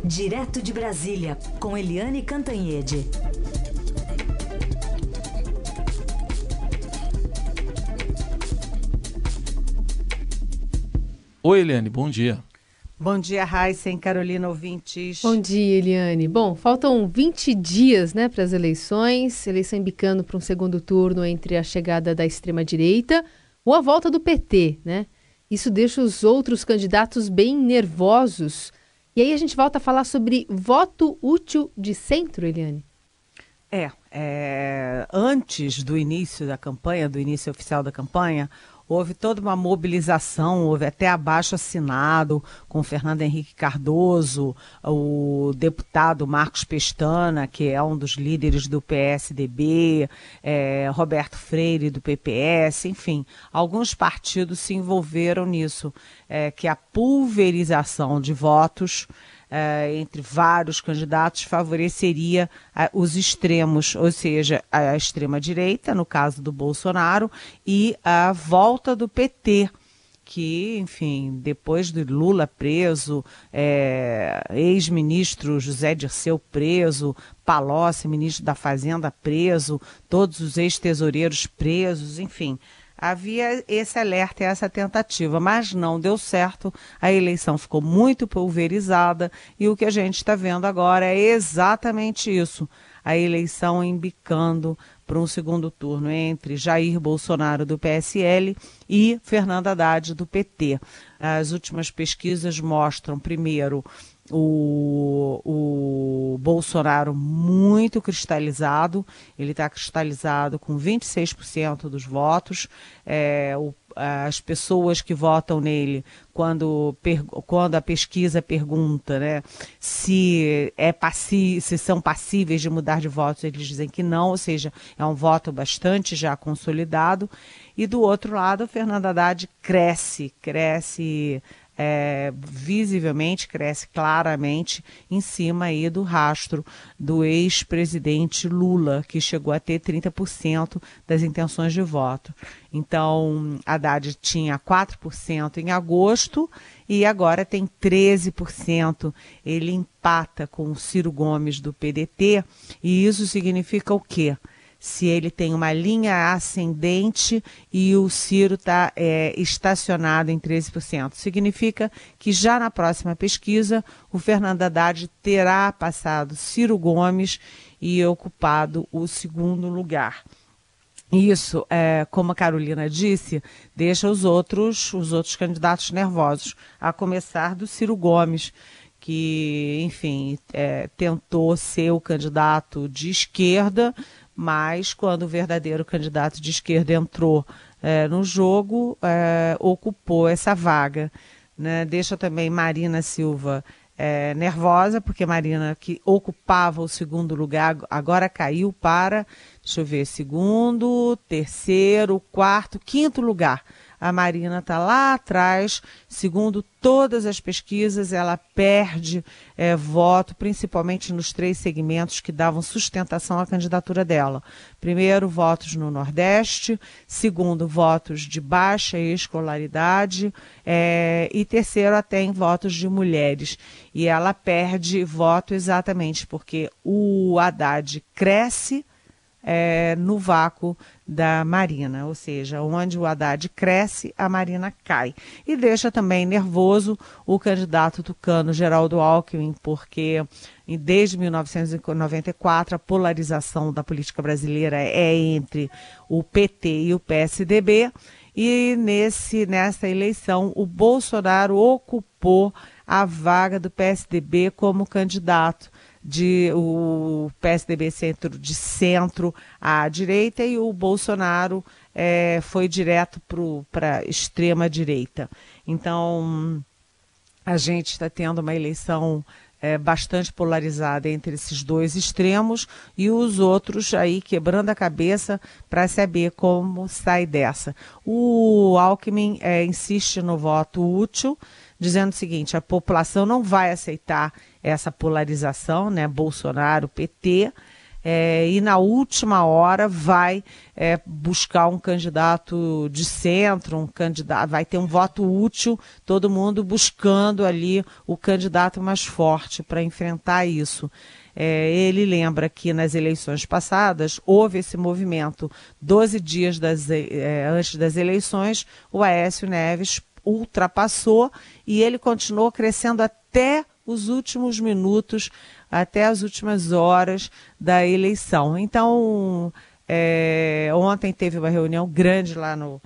Direto de Brasília, com Eliane Cantanhede. Oi, Eliane, bom dia. Bom dia, Raíssa e Carolina, ouvintes. Bom dia, Eliane. Bom, faltam 20 dias, para as eleições, eleição embicando para um segundo turno entre a chegada da extrema-direita ou a volta do PT, Isso deixa os outros candidatos bem nervosos. E aí a gente volta a falar sobre voto útil de centro, Eliane? Antes do início da campanha, do início oficial da campanha, houve toda uma mobilização, houve até abaixo-assinado com Fernando Henrique Cardoso, o deputado Marcos Pestana, que é um dos líderes do PSDB, Roberto Freire do PPS, enfim, alguns partidos se envolveram nisso, que a pulverização de votos entre vários candidatos favoreceria os extremos, ou seja, a extrema-direita, no caso do Bolsonaro, e a volta do PT, que, enfim, depois de Lula preso, ex-ministro José Dirceu preso, Palocci, ministro da Fazenda, preso, todos os ex-tesoureiros presos, enfim. Havia esse alerta e essa tentativa, mas não deu certo, a eleição ficou muito pulverizada e o que a gente está vendo agora é exatamente isso, a eleição embicando para um segundo turno entre Jair Bolsonaro do PSL e Fernando Haddad do PT. As últimas pesquisas mostram, primeiro, o Bolsonaro muito cristalizado, ele está cristalizado com 26% dos votos, as pessoas que votam nele, quando a pesquisa pergunta, se são passíveis de mudar de votos, eles dizem que não, ou seja, é um voto bastante já consolidado. E do outro lado, o Fernando Haddad cresce visivelmente, cresce claramente em cima aí do rastro do ex-presidente Lula, que chegou a ter 30% das intenções de voto. Então, Haddad tinha 4% em agosto e agora tem 13%. Ele empata com o Ciro Gomes do PDT e isso significa o quê? Se ele tem uma linha ascendente e o Ciro está estacionado em 13%. Significa que já na próxima pesquisa o Fernando Haddad terá passado Ciro Gomes e ocupado o segundo lugar. Isso, como a Carolina disse, deixa os outros candidatos nervosos, a começar do Ciro Gomes, que, enfim, tentou ser o candidato de esquerda, mas quando o verdadeiro candidato de esquerda entrou no jogo, ocupou essa vaga. Deixa também Marina Silva nervosa, porque Marina, que ocupava o segundo lugar, agora caiu para, segundo, terceiro, quarto, quinto lugar. A Marina está lá atrás, segundo todas as pesquisas, ela perde voto, principalmente nos 3 segmentos que davam sustentação à candidatura dela. Primeiro, votos no Nordeste, segundo, votos de baixa escolaridade e terceiro, até em votos de mulheres. E ela perde voto exatamente porque o Haddad cresce no vácuo da Marina, ou seja, onde o Haddad cresce, a Marina cai. E deixa também nervoso o candidato tucano Geraldo Alckmin, porque desde 1994 a polarização da política brasileira é entre o PT e o PSDB, e nessa eleição o Bolsonaro ocupou a vaga do PSDB como candidato. O PSDB de centro à direita e o Bolsonaro foi direto para a extrema-direita. Então, a gente está tendo uma eleição bastante polarizada entre esses dois extremos e os outros aí quebrando a cabeça para saber como sai dessa. O Alckmin insiste no voto útil, dizendo o seguinte: a população não vai aceitar essa polarização, Bolsonaro, PT, e na última hora vai buscar um candidato de centro, vai ter um voto útil, todo mundo buscando ali o candidato mais forte para enfrentar isso. Ele lembra que nas eleições passadas houve esse movimento 12 dias antes das eleições, o Aécio Neves ultrapassou e ele continuou crescendo até os últimos minutos, até as últimas horas da eleição. Então, ontem teve uma reunião grande lá no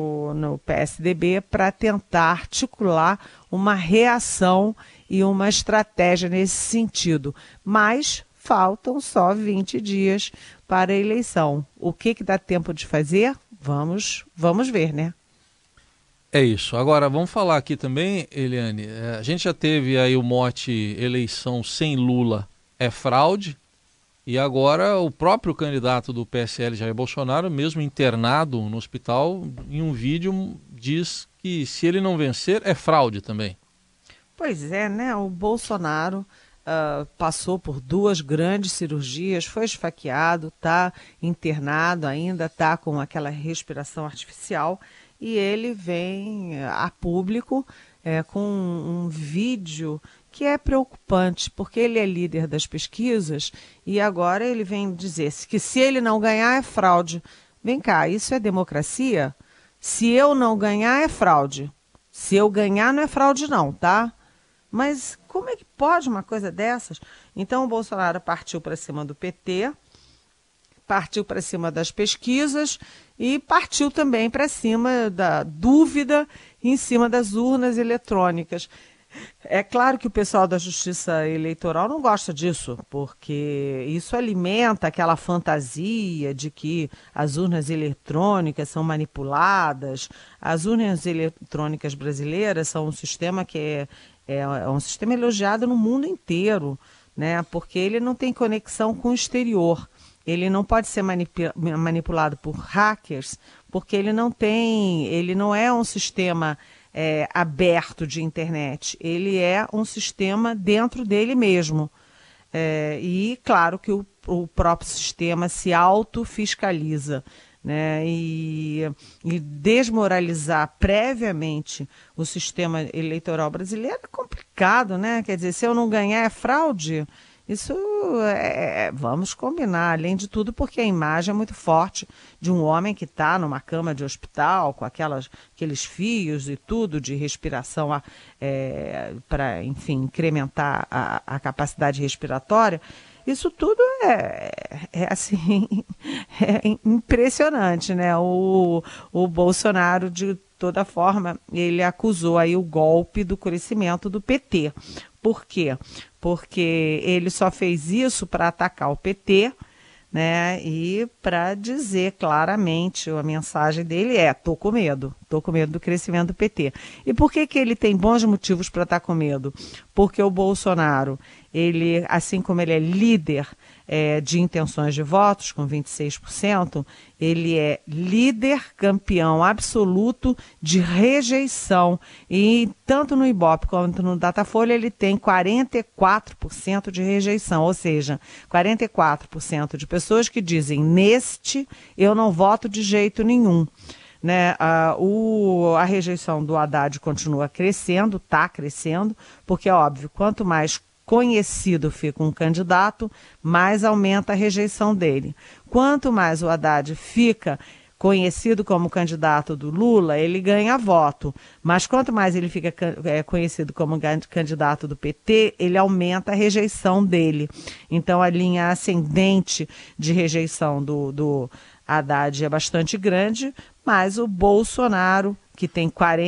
PSDB para tentar articular uma reação e uma estratégia nesse sentido. Mas faltam só 20 dias para a eleição. O que dá tempo de fazer? Vamos ver, né? É isso. Agora, vamos falar aqui também, Eliane, a gente já teve aí o mote eleição sem Lula é fraude, e agora o próprio candidato do PSL, Jair Bolsonaro, mesmo internado no hospital, em um vídeo diz que se ele não vencer é fraude também. Pois é, né? O Bolsonaro passou por 2 grandes cirurgias, foi esfaqueado, está internado ainda, está com aquela respiração artificial, e ele vem a público com um vídeo que é preocupante, porque ele é líder das pesquisas e agora ele vem dizer que se ele não ganhar é fraude. Vem cá, isso é democracia? Se eu não ganhar é fraude. Se eu ganhar não é fraude não, tá? Mas como é que pode uma coisa dessas? Então o Bolsonaro partiu para cima do PT, partiu para cima das pesquisas e partiu também para cima da dúvida em cima das urnas eletrônicas. É claro que o pessoal da Justiça Eleitoral não gosta disso, porque isso alimenta aquela fantasia de que as urnas eletrônicas são manipuladas. As urnas eletrônicas brasileiras são um sistema que é um sistema elogiado no mundo inteiro, né? Porque ele não tem conexão com o exterior. Ele não pode ser manipulado por hackers, porque ele não é um sistema aberto de internet. Ele é um sistema dentro dele mesmo. E claro que o próprio sistema se autofiscaliza, né? E desmoralizar previamente o sistema eleitoral brasileiro é complicado, né? Quer dizer, se eu não ganhar é fraude. Isso vamos combinar, além de tudo, porque a imagem é muito forte de um homem que está numa cama de hospital, com aqueles fios e tudo de respiração para, enfim, incrementar a capacidade respiratória. Isso tudo assim, é impressionante, né? O Bolsonaro, de toda forma, ele acusou aí o golpe do crescimento do PT. Por quê? Porque ele só fez isso para atacar o PT, né? E para dizer claramente, a mensagem dele estou com medo do crescimento do PT. E por que ele tem bons motivos para estar com medo? Porque o Bolsonaro, ele, assim como ele é líder de intenções de votos, com 26%, ele é líder, campeão absoluto de rejeição. E tanto no Ibope quanto no Datafolha ele tem 44% de rejeição, ou seja, 44% de pessoas que dizem, eu não voto de jeito nenhum. Né? A rejeição do Haddad continua crescendo, está crescendo, porque é óbvio, quanto mais conhecido fica um candidato, mais aumenta a rejeição dele. Quanto mais o Haddad fica conhecido como candidato do Lula, ele ganha voto. Mas quanto mais ele fica conhecido como candidato do PT, ele aumenta a rejeição dele. Então a linha ascendente de rejeição do Haddad é bastante grande, mas o Bolsonaro, que tem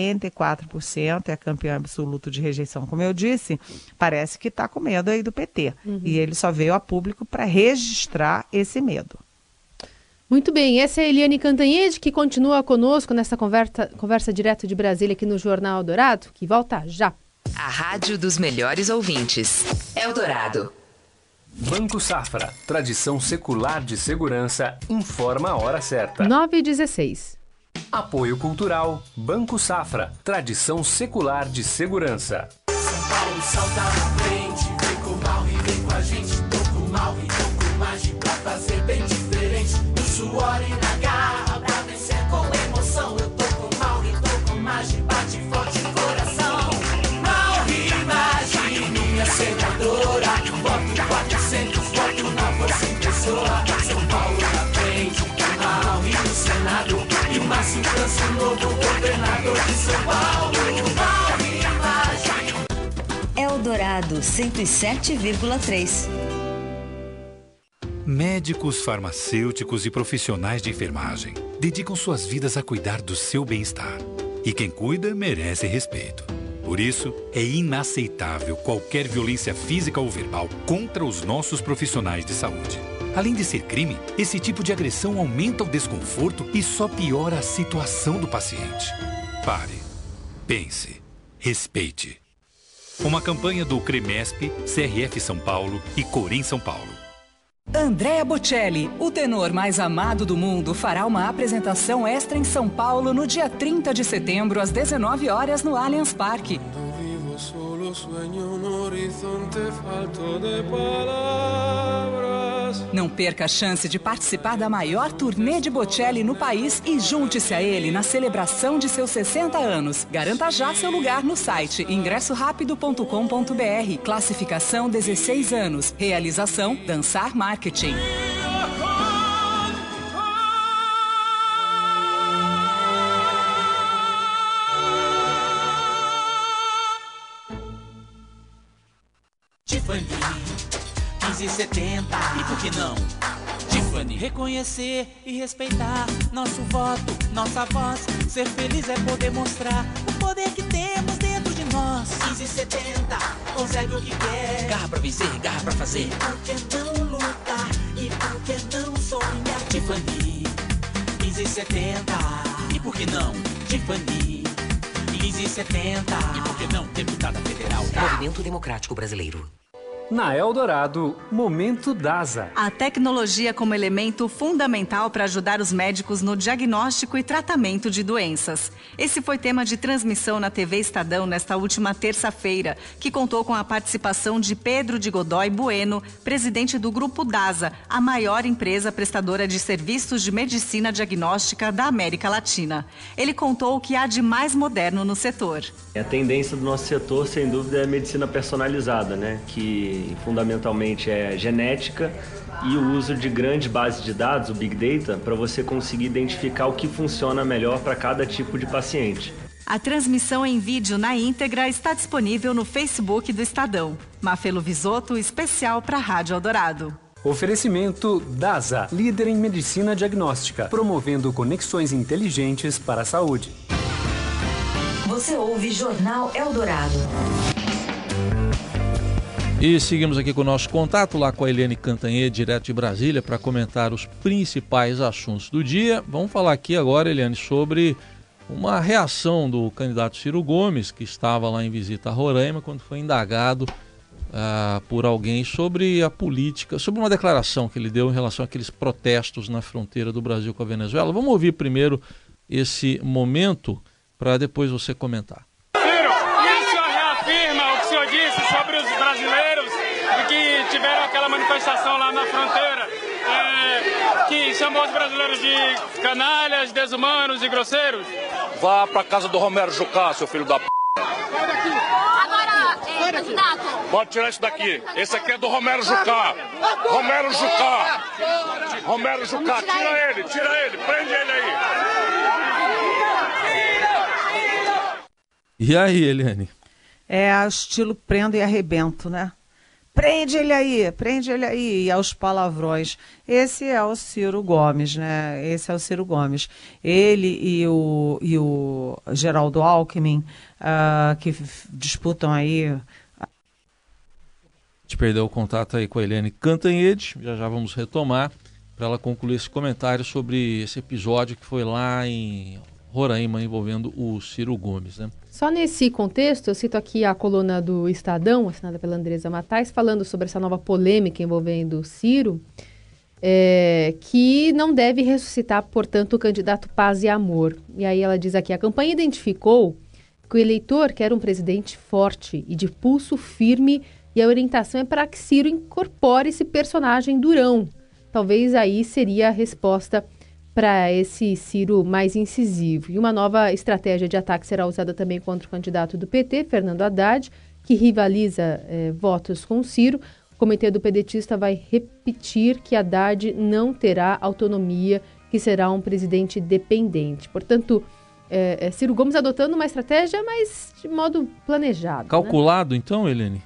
44%, é campeão absoluto de rejeição, como eu disse, parece que está com medo aí do PT. E ele só veio a público para registrar esse medo. Muito bem, essa é a Eliane Cantanhede, que continua conosco nessa conversa direto de Brasília aqui no Jornal Eldorado, que volta já. A rádio dos melhores ouvintes. Eldorado. Banco Safra, tradição secular de segurança, informa a hora certa. 9h16. Apoio Cultural, Banco Safra, tradição secular de segurança. São Paulo salta na frente, vem com o mal e vem com a gente, tô com o mal e tô com mágica. suor e na garra pra vencer com emoção. Eu tô com Mauro e tô com Magi, bate forte o coração. Mauro e Magi, minha senadora. Voto 400, voto na vossa impressora. São Paulo na frente, Mauro e no Senado. E Márcio França, novo governador de São Paulo. Mauro e Magi. Eldorado 107,3. Médicos, farmacêuticos e profissionais de enfermagem dedicam suas vidas a cuidar do seu bem-estar. E quem cuida merece respeito. Por isso, é inaceitável qualquer violência física ou verbal contra os nossos profissionais de saúde. Além de ser crime, esse tipo de agressão aumenta o desconforto e só piora a situação do paciente. Pare, pense, respeite. Uma campanha do CREMESP, CRF São Paulo e Corém São Paulo. Andrea Bocelli, o tenor mais amado do mundo, fará uma apresentação extra em São Paulo no dia 30 de setembro, às 19 horas, no Allianz Parque. Não perca a chance de participar da maior turnê de Bocelli no país e junte-se a ele na celebração de seus 60 anos. Garanta já seu lugar no site ingressorapido.com.br. Classificação 16 anos. Realização Dançar Marketing. Tiffany 1570, e por que não? Tiffany, reconhecer e respeitar nosso voto, nossa voz. Ser feliz é poder mostrar o poder que temos dentro de nós. 1570, consegue o que quer. Garra pra vencer, garra pra fazer. Por que não lutar e por que não sonhar? Tiffany 1570, e por que não? Tiffany 1570, e por que não? Deputada Federal. Movimento Democrático Brasileiro. Na Eldorado, Momento DASA. A tecnologia como elemento fundamental para ajudar os médicos no diagnóstico e tratamento de doenças. Esse foi tema de transmissão na TV Estadão nesta última terça-feira, que contou com a participação de Pedro de Godoy Bueno, presidente do Grupo DASA, a maior empresa prestadora de serviços de medicina diagnóstica da América Latina. Ele contou o que há de mais moderno no setor. A tendência do nosso setor, sem dúvida, é a medicina personalizada, né? Que fundamentalmente é genética e o uso de grandes bases de dados, o Big Data, para você conseguir identificar o que funciona melhor para cada tipo de paciente. A transmissão em vídeo na íntegra está disponível no Facebook do Estadão. Mafelo Visoto, especial para a Rádio Eldorado. Oferecimento DASA, líder em medicina diagnóstica, promovendo conexões inteligentes para a saúde. Você ouve Jornal Eldorado. E seguimos aqui com o nosso contato lá com a Eliane Cantanhede, direto de Brasília, para comentar os principais assuntos do dia. Vamos falar aqui agora, Eliane, sobre uma reação do candidato Ciro Gomes, que estava lá em visita a Roraima, quando foi indagado por alguém sobre a política, sobre uma declaração que ele deu em relação àqueles protestos na fronteira do Brasil com a Venezuela. Vamos ouvir primeiro esse momento para depois você comentar. Ciro, isso reafirma o que o senhor disse sobre os brasileiros que tiveram aquela manifestação lá na fronteira, que chamou os brasileiros de canalhas, desumanos e grosseiros? Vá pra casa do Romero Jucá, seu filho da p***. Sai daqui! Agora, candidato! Pode tirar isso daqui. Esse aqui é do Romero Jucá. Romero Jucá. Romero Jucá, tira ele, prende ele aí. E aí, Eliane? É estilo prendo e arrebento, né? Prende ele aí, e aos palavrões. Esse é o Ciro Gomes, né? Esse é o Ciro Gomes. Ele e o Geraldo Alckmin, que disputam aí... A gente perdeu o contato aí com a Eliane Cantanhede, já vamos retomar para ela concluir esse comentário sobre esse episódio que foi lá em Roraima envolvendo o Ciro Gomes, né? Só nesse contexto, eu cito aqui a coluna do Estadão, assinada pela Andresa Matais, falando sobre essa nova polêmica envolvendo o Ciro, que não deve ressuscitar, portanto, o candidato Paz e Amor. E aí ela diz aqui, a campanha identificou que o eleitor quer um presidente forte e de pulso firme, e a orientação é para que Ciro incorpore esse personagem durão. Talvez aí seria a resposta para esse Ciro mais incisivo. E uma nova estratégia de ataque será usada também contra o candidato do PT, Fernando Haddad, que rivaliza votos com o Ciro. O comitê do pedetista vai repetir que Haddad não terá autonomia, que será um presidente dependente. Portanto, Ciro Gomes adotando uma estratégia, mas de modo planejado. Calculado, né? Então, Eliane?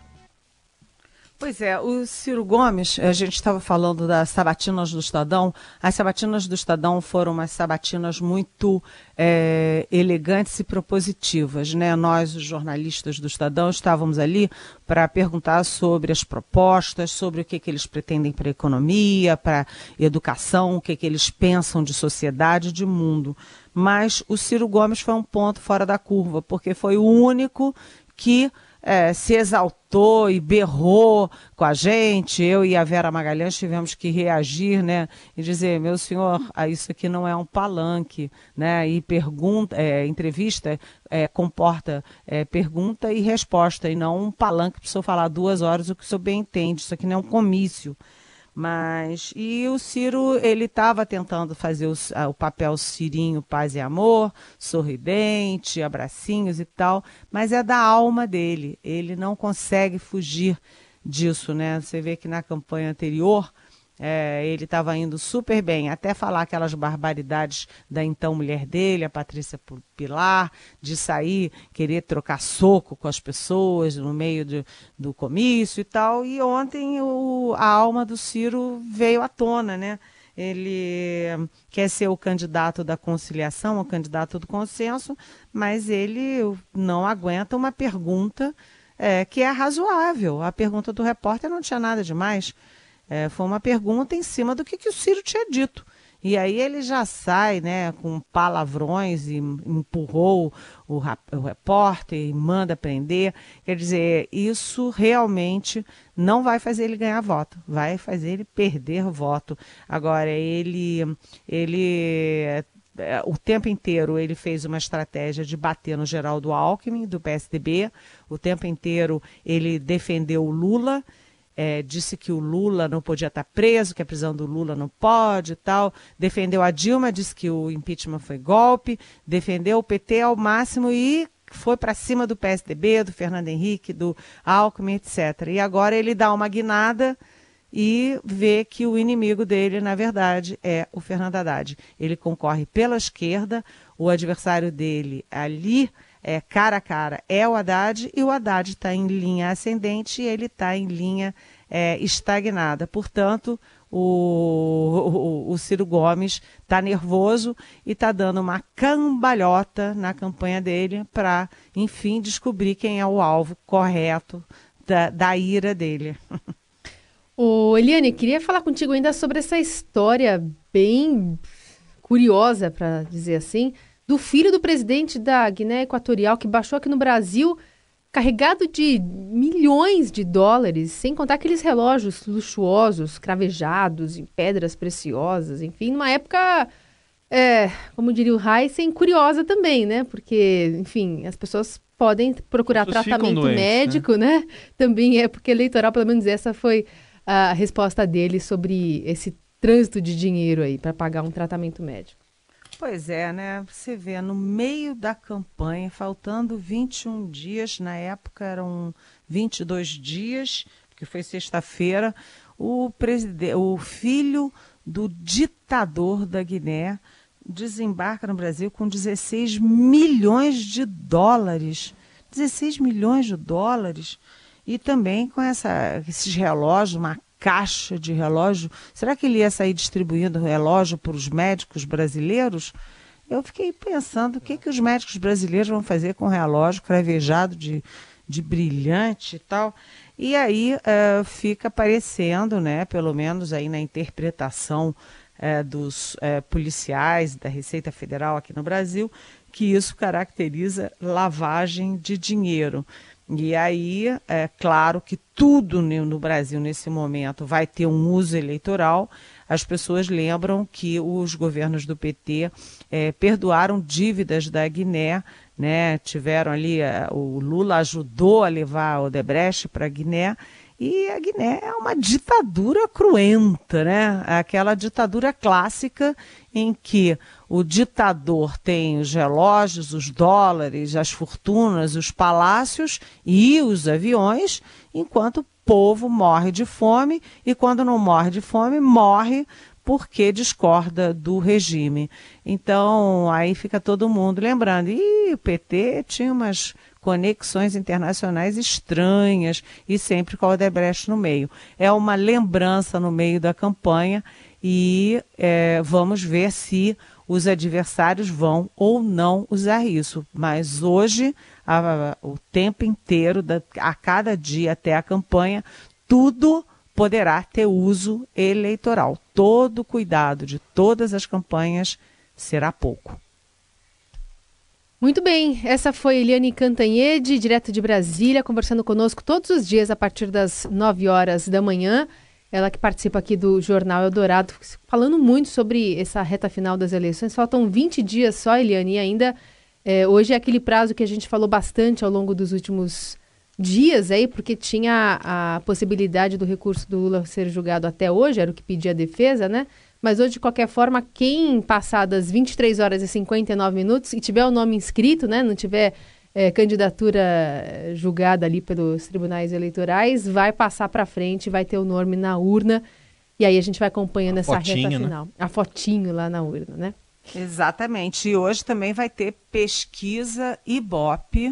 Pois é, o Ciro Gomes, a gente estava falando das sabatinas do Estadão. As sabatinas do Estadão foram umas sabatinas muito elegantes e propositivas, né? Nós, os jornalistas do Estadão, estávamos ali para perguntar sobre as propostas, sobre o que eles pretendem para a economia, para a educação, o que eles pensam de sociedade, de mundo. Mas o Ciro Gomes foi um ponto fora da curva, porque foi o único que se exaltou e berrou com a gente. Eu e a Vera Magalhães tivemos que reagir, né, e dizer, meu senhor, isso aqui não é um palanque, né, e entrevista comporta pergunta e resposta, e não um palanque para o senhor falar 2 horas o que o senhor bem entende. Isso aqui não é um comício. E o Ciro, ele estava tentando fazer o papel Cirinho, paz e amor, sorridente, abracinhos e tal, mas é da alma dele, ele não consegue fugir disso, né? Você vê que na campanha anterior ele estava indo super bem, até falar aquelas barbaridades da então mulher dele, a Patrícia Pilar, de sair, querer trocar soco com as pessoas no meio do comício e tal. E ontem a alma do Ciro veio à tona, né? Ele quer ser o candidato da conciliação, o candidato do consenso, mas ele não aguenta uma pergunta que é razoável. A pergunta do repórter não tinha nada demais. Foi uma pergunta em cima do que o Ciro tinha dito. E aí ele já sai, né, com palavrões e empurrou o repórter e manda prender. Quer dizer, isso realmente não vai fazer ele ganhar voto, vai fazer ele perder voto. Agora, ele o tempo inteiro ele fez uma estratégia de bater no Geraldo Alckmin, do PSDB. O tempo inteiro ele defendeu o Lula. Disse que o Lula não podia estar preso, que a prisão do Lula não pode e tal. Defendeu a Dilma, disse que o impeachment foi golpe. Defendeu o PT ao máximo e foi para cima do PSDB, do Fernando Henrique, do Alckmin, etc. E agora ele dá uma guinada e vê que o inimigo dele, na verdade, é o Fernando Haddad. Ele concorre pela esquerda, o adversário dele ali cara a cara é o Haddad, e o Haddad está em linha ascendente e ele está em linha estagnada. Portanto, o Ciro Gomes está nervoso e está dando uma cambalhota na campanha dele para, enfim, descobrir quem é o alvo correto da ira dele. Eliane, queria falar contigo ainda sobre essa história bem curiosa, para dizer assim, do filho do presidente da Guiné Equatorial, que baixou aqui no Brasil, carregado de milhões de dólares, sem contar aqueles relógios luxuosos, cravejados em pedras preciosas, enfim, numa época, como diria o Heisen, curiosa também, né? Porque, enfim, as pessoas podem procurar tratamento médico, né? Também é porque eleitoral, pelo menos essa foi a resposta dele sobre esse trânsito de dinheiro aí para pagar um tratamento médico. Pois é, né? Você vê, no meio da campanha, faltando 21 dias, na época eram 22 dias, porque foi sexta-feira, o filho do ditador da Guiné desembarca no Brasil com 16 milhões de dólares. 16 milhões de dólares. E também com esses relógios, uma caixa de relógio. Será que ele ia sair distribuindo relógio para os médicos brasileiros? Eu fiquei pensando o que os médicos brasileiros vão fazer com relógio cravejado de brilhante e tal. E aí fica parecendo, né, pelo menos aí na interpretação dos policiais da Receita Federal aqui no Brasil, que isso caracteriza lavagem de dinheiro. E aí, é claro que tudo no Brasil, nesse momento, vai ter um uso eleitoral. As pessoas lembram que os governos do PT perdoaram dívidas da Guiné, né? Tiveram ali, o Lula ajudou a levar o Odebrecht para a Guiné, E a Guiné é uma ditadura cruenta, né? Aquela ditadura clássica em que o ditador tem os relógios, os dólares, as fortunas, os palácios e os aviões, enquanto o povo morre de fome, e quando não morre de fome, morre porque discorda do regime. Então, aí fica todo mundo lembrando, o PT tinha umas conexões internacionais estranhas e sempre com a Odebrecht no meio. É uma lembrança no meio da campanha e vamos ver se os adversários vão ou não usar isso. Mas hoje, o tempo inteiro, a cada dia até a campanha, tudo poderá ter uso eleitoral. Todo cuidado de todas as campanhas será pouco. Muito bem, essa foi Eliane Cantanhede, direto de Brasília, conversando conosco todos os dias a partir das 9 horas da manhã. Ela que participa aqui do Jornal Eldorado, falando muito sobre essa reta final das eleições. Faltam 20 dias só, Eliane, e ainda hoje é aquele prazo que a gente falou bastante ao longo dos últimos dias aí, porque tinha a possibilidade do recurso do Lula ser julgado até hoje, era o que pedia a defesa, né? Mas hoje, de qualquer forma, quem passar das 23 horas e 59 minutos e tiver o nome inscrito, né, não tiver candidatura julgada ali pelos tribunais eleitorais, vai passar para frente, vai ter o nome na urna, e aí a gente vai acompanhando essa reta final. Né? A fotinho lá na urna, né? Exatamente. E hoje também vai ter pesquisa Ibope,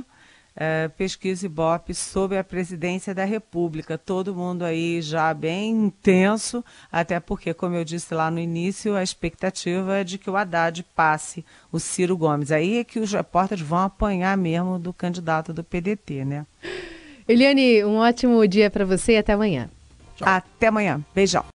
sobre a presidência da República. Todo mundo aí já bem intenso, até porque, como eu disse lá no início, a expectativa é de que o Haddad passe o Ciro Gomes. Aí é que os repórteres vão apanhar mesmo do candidato do PDT, né? Eliane, um ótimo dia para você e até amanhã. Tchau. Até amanhã. Beijão.